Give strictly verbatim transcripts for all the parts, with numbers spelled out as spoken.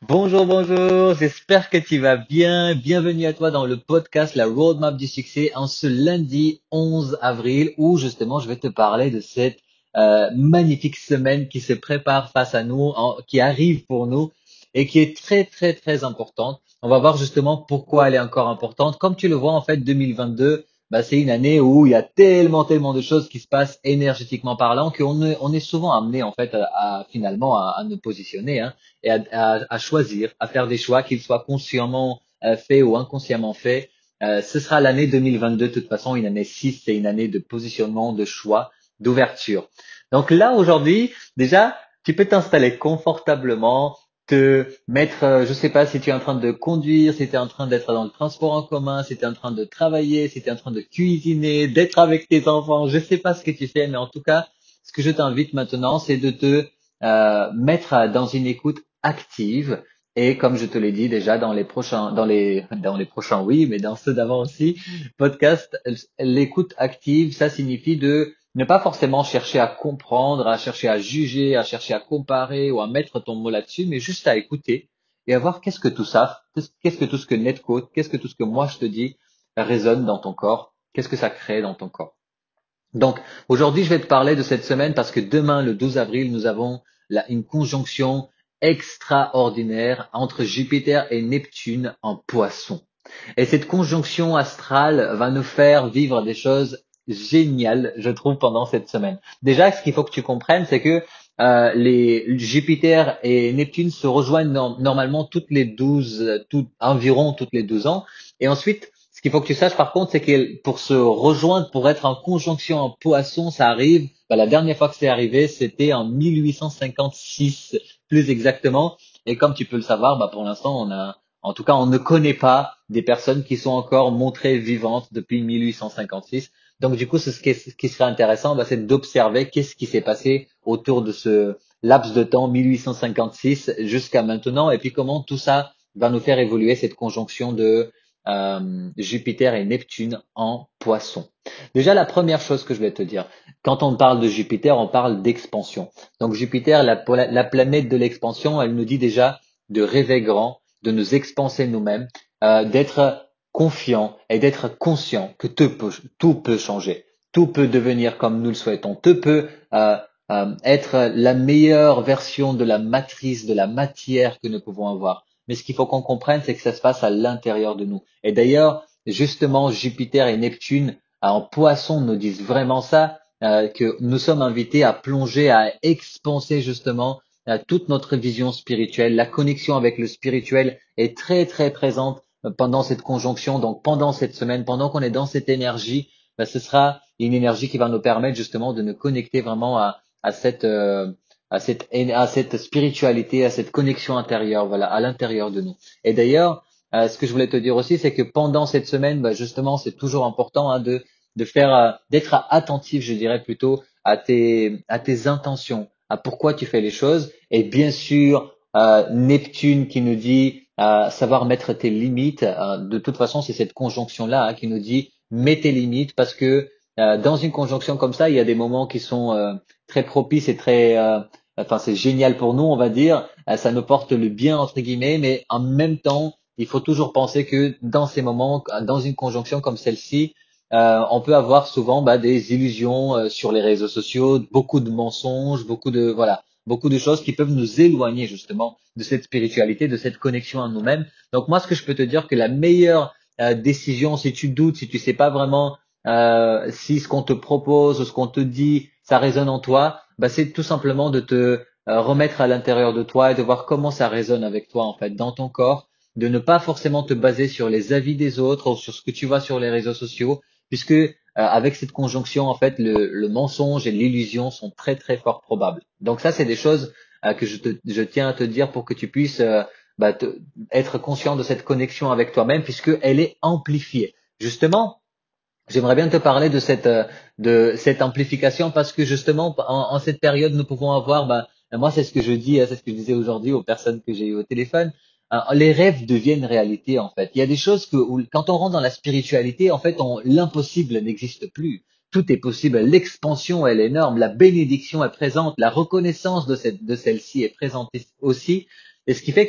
Bonjour, bonjour, j'espère que tu vas bien. Bienvenue à toi dans le podcast La Roadmap du succès en ce lundi onze avril où justement je vais te parler de cette euh, magnifique semaine qui se prépare face à nous, en- qui arrive pour nous et qui est très très très importante. On va voir justement pourquoi elle est encore importante. Comme tu le vois en fait, deux mille vingt-deux, bah, c'est une année où il y a tellement tellement de choses qui se passent énergétiquement parlant qu'on est, on est souvent amené en fait à, à, finalement à, à nous positionner, hein, et à, à, à choisir, à faire des choix, qu'ils soient consciemment euh, faits ou inconsciemment faits. Euh, ce sera l'année deux mille vingt-deux, de toute façon, une année six, c'est une année de positionnement, de choix, d'ouverture. Donc là, aujourd'hui, déjà, tu peux t'installer confortablement, te mettre, euh, je sais pas si tu es en train de conduire, si tu es en train d'être dans le transport en commun, si tu es en train de travailler, si tu es en train de cuisiner, d'être avec tes enfants, je sais pas ce que tu fais, mais en tout cas, ce que je t'invite maintenant, c'est de te euh, mettre dans une écoute active. Et comme je te l'ai dit déjà dans les prochains, dans les, dans les prochains, oui, mais dans ceux d'avant aussi, podcast, l'écoute active, ça signifie de ne pas forcément chercher à comprendre, à chercher à juger, à chercher à comparer ou à mettre ton mot là-dessus, mais juste à écouter et à voir qu'est-ce que tout ça, qu'est-ce que tout ce que Netcode, qu'est-ce que tout ce que moi je te dis résonne dans ton corps, qu'est-ce que ça crée dans ton corps. Donc, aujourd'hui, je vais te parler de cette semaine parce que demain, le douze avril, nous avons la- une conjonction extraordinaire entre Jupiter et Neptune en Poisson. Et cette conjonction astrale va nous faire vivre des choses géniales, je trouve, pendant cette semaine. Déjà, ce qu'il faut que tu comprennes, c'est que euh, les Jupiter et Neptune se rejoignent norm- normalement toutes les douze, euh, tout, environ toutes les douze ans. Et ensuite, ce qu'il faut que tu saches par contre, c'est que pour se rejoindre, pour être en conjonction en Poisson, ça arrive. Bah, la dernière fois que c'est arrivé, c'était en mille huit cent cinquante-six, plus exactement. Et comme tu peux le savoir, bah, pour l'instant, on a en tout cas, on ne connaît pas des personnes qui sont encore montrées vivantes depuis mille huit cent cinquante-six. Donc, du coup, ce qui, ce qui serait intéressant, bah, c'est d'observer qu'est-ce qui s'est passé autour de ce laps de temps mille huit cent cinquante-six jusqu'à maintenant, et puis comment tout ça va nous faire évoluer cette conjonction de euh, Jupiter et Neptune en Poisson. Déjà, la première chose que je vais te dire, quand on parle de Jupiter, on parle d'expansion. Donc, Jupiter, la, la planète de l'expansion, elle nous dit déjà de rêver grand, de nous expanser nous-mêmes, euh, d'être confiant et d'être conscient que tout peut, tout peut changer, tout peut devenir comme nous le souhaitons, tout peut euh, euh, être la meilleure version de la matrice, de la matière que nous pouvons avoir. Mais ce qu'il faut qu'on comprenne, c'est que ça se passe à l'intérieur de nous. Et d'ailleurs, justement, Jupiter et Neptune euh, en Poisson nous disent vraiment ça, euh, que nous sommes invités à plonger, à expanser justement euh, toute notre vision spirituelle. La connexion avec le spirituel est très très présente euh, pendant cette conjonction. Donc pendant cette semaine, pendant qu'on est dans cette énergie, ben, ce sera une énergie qui va nous permettre justement de nous connecter vraiment à, à cette euh, à cette à cette spiritualité, à cette connexion intérieure, voilà, à l'intérieur de nous. Et d'ailleurs, euh, ce que je voulais te dire aussi, c'est que pendant cette semaine, ben, justement, c'est toujours important, hein, de de faire euh, d'être attentif, je dirais plutôt à tes à tes intentions, à pourquoi tu fais les choses. Et bien sûr, euh, Neptune qui nous dit euh, savoir mettre tes limites. Euh, de toute façon, c'est cette conjonction-là, hein, qui nous dit mets tes limites parce que euh, dans une conjonction comme ça, il y a des moments qui sont euh, très propices et très, euh, enfin c'est génial pour nous, on va dire. Euh, ça nous porte le bien entre guillemets, mais en même temps, il faut toujours penser que dans ces moments, dans une conjonction comme celle-ci, euh, on peut avoir souvent bah, des illusions euh, sur les réseaux sociaux, beaucoup de mensonges, beaucoup de voilà, beaucoup de choses qui peuvent nous éloigner justement de cette spiritualité, de cette connexion à nous-mêmes. Donc moi, ce que je peux te dire que la meilleure euh, décision, si tu doutes, si tu sais pas vraiment euh, si ce qu'on te propose ou ce qu'on te dit, ça résonne en toi, bah, c'est tout simplement de te euh, remettre à l'intérieur de toi et de voir comment ça résonne avec toi en fait dans ton corps, de ne pas forcément te baser sur les avis des autres ou sur ce que tu vois sur les réseaux sociaux, puisque euh, avec cette conjonction, en fait, le, le mensonge et l'illusion sont très très fort probables. Donc ça, c'est des choses euh, que je, te, je tiens à te dire pour que tu puisses euh, bah, te- être conscient de cette connexion avec toi-même, puisqu'elle est amplifiée. Justement, j'aimerais bien te parler de cette euh, de cette amplification parce que justement en, en cette période nous pouvons avoir bah moi c'est ce que je dis hein, c'est ce que je disais aujourd'hui aux personnes que j'ai eu au téléphone. Euh, les rêves deviennent réalité en fait. Il y a des choses que où, quand on rentre dans la spiritualité en fait on l'impossible n'existe plus. Tout est possible. L'expansion elle est énorme, la bénédiction est présente, la reconnaissance de cette de celle-ci est présente aussi. Et ce qui fait que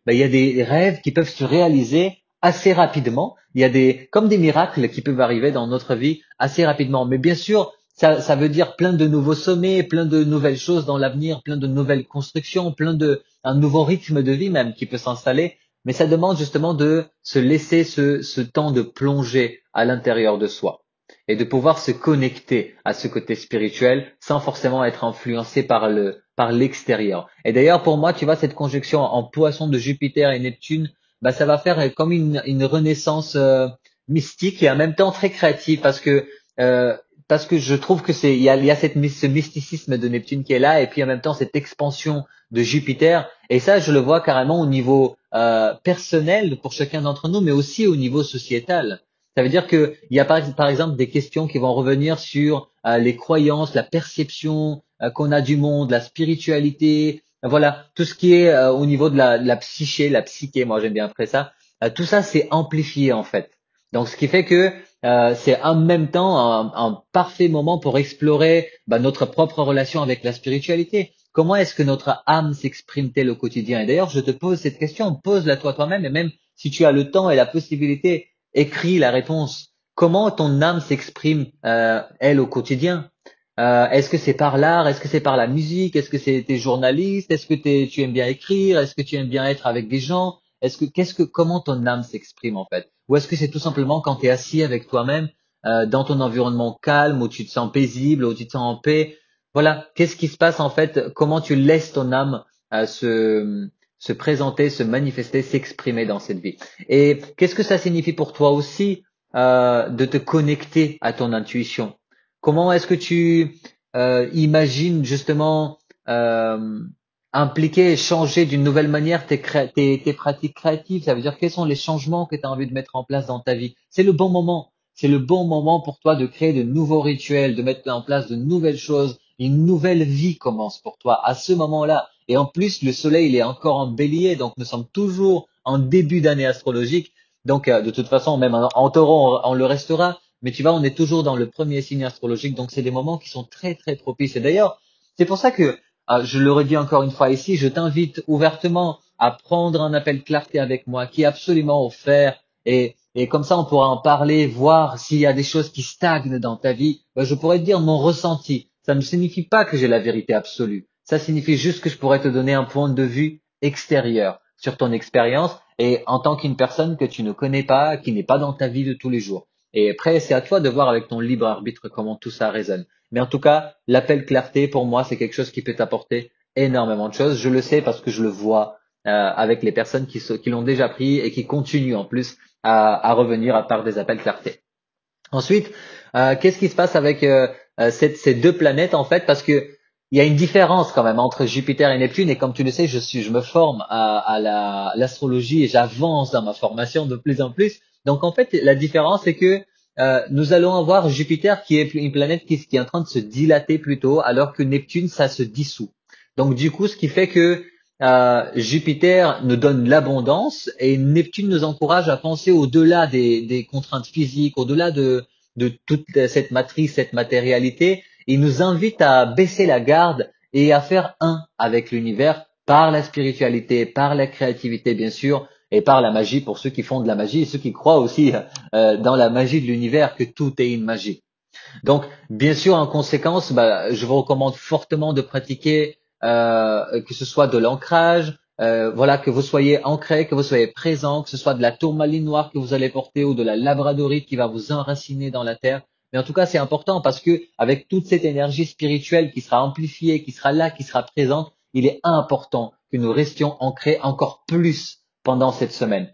ben, il y a des rêves qui peuvent se réaliser assez rapidement. Il y a des, comme des miracles qui peuvent arriver dans notre vie assez rapidement. Mais bien sûr, ça, ça veut dire plein de nouveaux sommets, plein de nouvelles choses dans l'avenir, plein de nouvelles constructions, plein de, un nouveau rythme de vie même qui peut s'installer. Mais ça demande justement de se laisser ce, ce temps de plonger à l'intérieur de soi et de pouvoir se connecter à ce côté spirituel sans forcément être influencé par le par l'extérieur. Et d'ailleurs, pour moi, tu vois, cette conjonction en poisson de Jupiter et Neptune, bah, ça va faire comme une, une renaissance euh, mystique et en même temps très créative parce que euh, parce que je trouve que c'est il y a, il y a cette, ce mysticisme de Neptune qui est là et puis en même temps cette expansion de Jupiter et ça je le vois carrément au niveau euh, personnel pour chacun d'entre nous mais aussi au niveau sociétal. Ça veut dire que il y a par, par exemple des questions qui vont revenir sur euh, les croyances, la perception euh, qu'on a du monde, la spiritualité, euh, voilà, tout ce qui est euh, au niveau de la, de la psyché, la psyché, moi j'aime bien après ça. Euh, tout ça c'est amplifié en fait. Donc ce qui fait que euh, c'est en même temps un, un parfait moment pour explorer bah, notre propre relation avec la spiritualité. Comment est-ce que notre âme s'exprime-t-elle au quotidien? Et d'ailleurs, je te pose cette question, pose-la toi toi-même, et même si tu as le temps et la possibilité, écris la réponse. Comment ton âme s'exprime, euh, elle, au quotidien? Euh, est-ce que c'est par l'art? Est-ce que c'est par la musique? Est-ce que c'est t'es journaliste? Est-ce que t'es, tu aimes bien écrire? Est-ce que tu aimes bien être avec des gens? Est-ce que qu'est-ce que comment ton âme s'exprime en fait? Ou est-ce que c'est tout simplement quand tu es assis avec toi-même euh, dans ton environnement calme où tu te sens paisible, où tu te sens en paix? Voilà, qu'est-ce qui se passe en fait? Comment tu laisses ton âme euh, se se présenter, se manifester, s'exprimer dans cette vie? Et qu'est-ce que ça signifie pour toi aussi euh, de te connecter à ton intuition? Comment est-ce que tu euh, imagines justement euh, impliquer et changer d'une nouvelle manière tes, cré- tes, tes pratiques créatives? Ça veut dire quels sont les changements que tu as envie de mettre en place dans ta vie? C'est le bon moment. C'est le bon moment pour toi de créer de nouveaux rituels, de mettre en place de nouvelles choses. Une nouvelle vie commence pour toi à ce moment-là. Et en plus, le soleil, il est encore en bélier, donc nous sommes toujours en début d'année astrologique. Donc, euh, de toute façon, même en, en taureau, on, on le restera. Mais tu vois, on est toujours dans le premier signe astrologique, donc c'est des moments qui sont très, très propices. Et d'ailleurs, c'est pour ça que, euh, je le redis encore une fois ici, je t'invite ouvertement à prendre un appel clarté avec moi, qui est absolument offert. Et, et comme ça, on pourra en parler, voir s'il y a des choses qui stagnent dans ta vie. Ben, je pourrais te dire mon ressenti. Ça ne signifie pas que j'ai la vérité absolue. Ça signifie juste que je pourrais te donner un point de vue extérieur sur ton expérience et en tant qu'une personne que tu ne connais pas, qui n'est pas dans ta vie de tous les jours. Et après, c'est à toi de voir avec ton libre arbitre comment tout ça résonne. Mais en tout cas, l'appel clarté, pour moi, c'est quelque chose qui peut t'apporter énormément de choses. Je le sais parce que je le vois euh, avec les personnes qui, qui l'ont déjà pris et qui continuent en plus à, à revenir à part des appels clarté. Ensuite, euh, qu'est-ce qui se passe avec euh, euh, cette- ces deux planètes en fait? Parce que il y a une différence quand même entre Jupiter et Neptune. Et comme tu le sais, je suis, je me forme à, à la, l'astrologie et j'avance dans ma formation de plus en plus. Donc en fait, la différence c'est que euh, nous allons avoir Jupiter qui est une planète qui, qui est en train de se dilater plutôt, alors que Neptune ça se dissout. Donc du coup, ce qui fait que euh, Jupiter nous donne l'abondance et Neptune nous encourage à penser au-delà des, des contraintes physiques, au-delà de, de toute cette matrice, cette matérialité. Il nous invite à baisser la garde et à faire un avec l'univers par la spiritualité, par la créativité bien sûr, et par la magie pour ceux qui font de la magie et ceux qui croient aussi euh, dans la magie de l'univers, que tout est une magie. Donc, bien sûr, en conséquence, bah, je vous recommande fortement de pratiquer, euh, que ce soit de l'ancrage, euh, voilà, que vous soyez ancré, que vous soyez présent, que ce soit de la tourmaline noire que vous allez porter ou de la labradorite qui va vous enraciner dans la terre. Mais en tout cas, c'est important parce que avec toute cette énergie spirituelle qui sera amplifiée, qui sera là, qui sera présente, il est important que nous restions ancrés encore plus pendant cette semaine.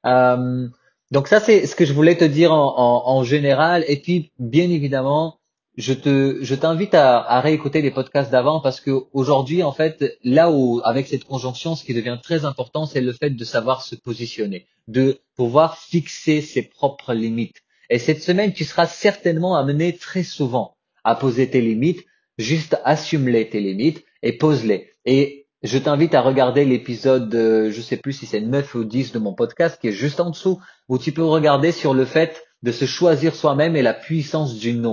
Euh, donc ça, c'est ce que je voulais te dire en, en, en général. Et puis, bien évidemment, je te, je t'invite à, à réécouter les podcasts d'avant parce que aujourd'hui, en fait, là où, avec cette conjonction, ce qui devient très important, c'est le fait de savoir se positionner, de pouvoir fixer ses propres limites. Et cette semaine, tu seras certainement amené très souvent à poser tes limites, juste assume-les tes limites et pose-les. Et je t'invite à regarder l'épisode, euh, je sais plus si c'est neuf ou dix de mon podcast qui est juste en dessous où tu peux regarder sur le fait de se choisir soi-même et la puissance du non.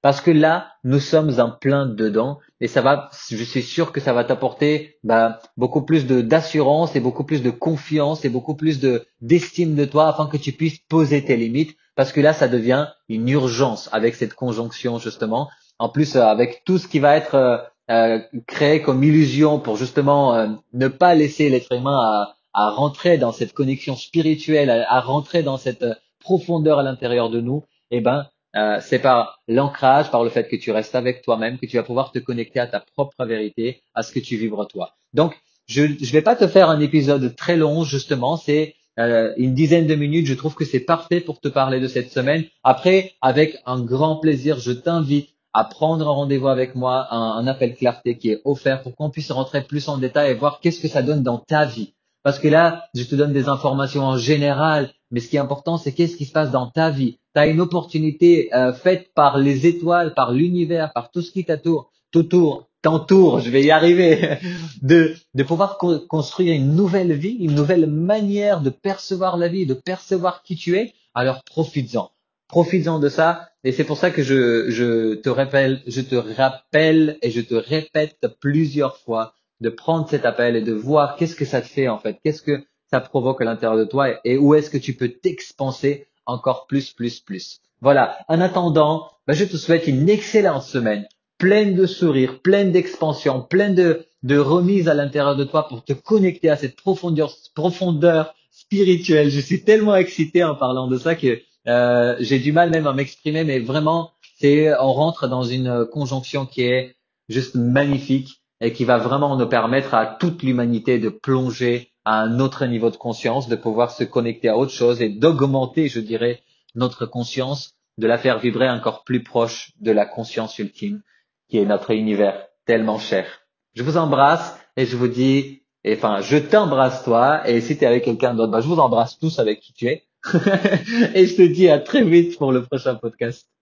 Parce que là, nous sommes en plein dedans et ça va, je suis sûr que ça va t'apporter bah, beaucoup plus de d'assurance et beaucoup plus de confiance et beaucoup plus de d'estime de toi afin que tu puisses poser tes limites parce que là, ça devient une urgence avec cette conjonction justement. En plus, euh, avec tout ce qui va être euh, euh, créé comme illusion pour justement euh, ne pas laisser l'être humain à, à rentrer dans cette connexion spirituelle, à, à rentrer dans cette euh, profondeur à l'intérieur de nous, eh ben euh, c'est par l'ancrage, par le fait que tu restes avec toi-même, que tu vas pouvoir te connecter à ta propre vérité, à ce que tu vibres toi. Donc, je ne vais pas te faire un épisode très long, justement, c'est euh, une dizaine de minutes. Je trouve que c'est parfait pour te parler de cette semaine. Après, avec un grand plaisir, je t'invite à prendre un rendez-vous avec moi, un, un appel clarté qui est offert pour qu'on puisse rentrer plus en détail et voir qu'est-ce que ça donne dans ta vie. Parce que là, je te donne des informations en général, mais ce qui est important, c'est qu'est-ce qui se passe dans ta vie. Tu as une opportunité euh, faite par les étoiles, par l'univers, par tout ce qui t'entoure, t'entoure, t'entoure, je vais y arriver, de, de pouvoir co- construire une nouvelle vie, une nouvelle manière de percevoir la vie, de percevoir qui tu es. Alors profites-en. Profites-en de ça. Et c'est pour ça que je, je te rappelle, je te rappelle et je te répète plusieurs fois de prendre cet appel et de voir qu'est-ce que ça te fait en fait, qu'est-ce que ça provoque à l'intérieur de toi et, et où est-ce que tu peux t'expanser encore plus, plus, plus. Voilà. En attendant, ben, je te souhaite une excellente semaine, pleine de sourires, pleine d'expansion, pleine de, de remise à l'intérieur de toi pour te connecter à cette profondeur, profondeur spirituelle. Je suis tellement excité en parlant de ça que euh, j'ai du mal même à m'exprimer, mais vraiment, c'est, on rentre dans une conjonction qui est juste magnifique et qui va vraiment nous permettre à toute l'humanité de plonger à un autre niveau de conscience, de pouvoir se connecter à autre chose et d'augmenter, je dirais, notre conscience, de la faire vibrer encore plus proche de la conscience ultime, qui est notre univers tellement cher. Je vous embrasse et je vous dis, et enfin, je t'embrasse toi, et si tu es avec quelqu'un d'autre, bah, je vous embrasse tous avec qui tu es. Et je te dis à très vite pour le prochain podcast.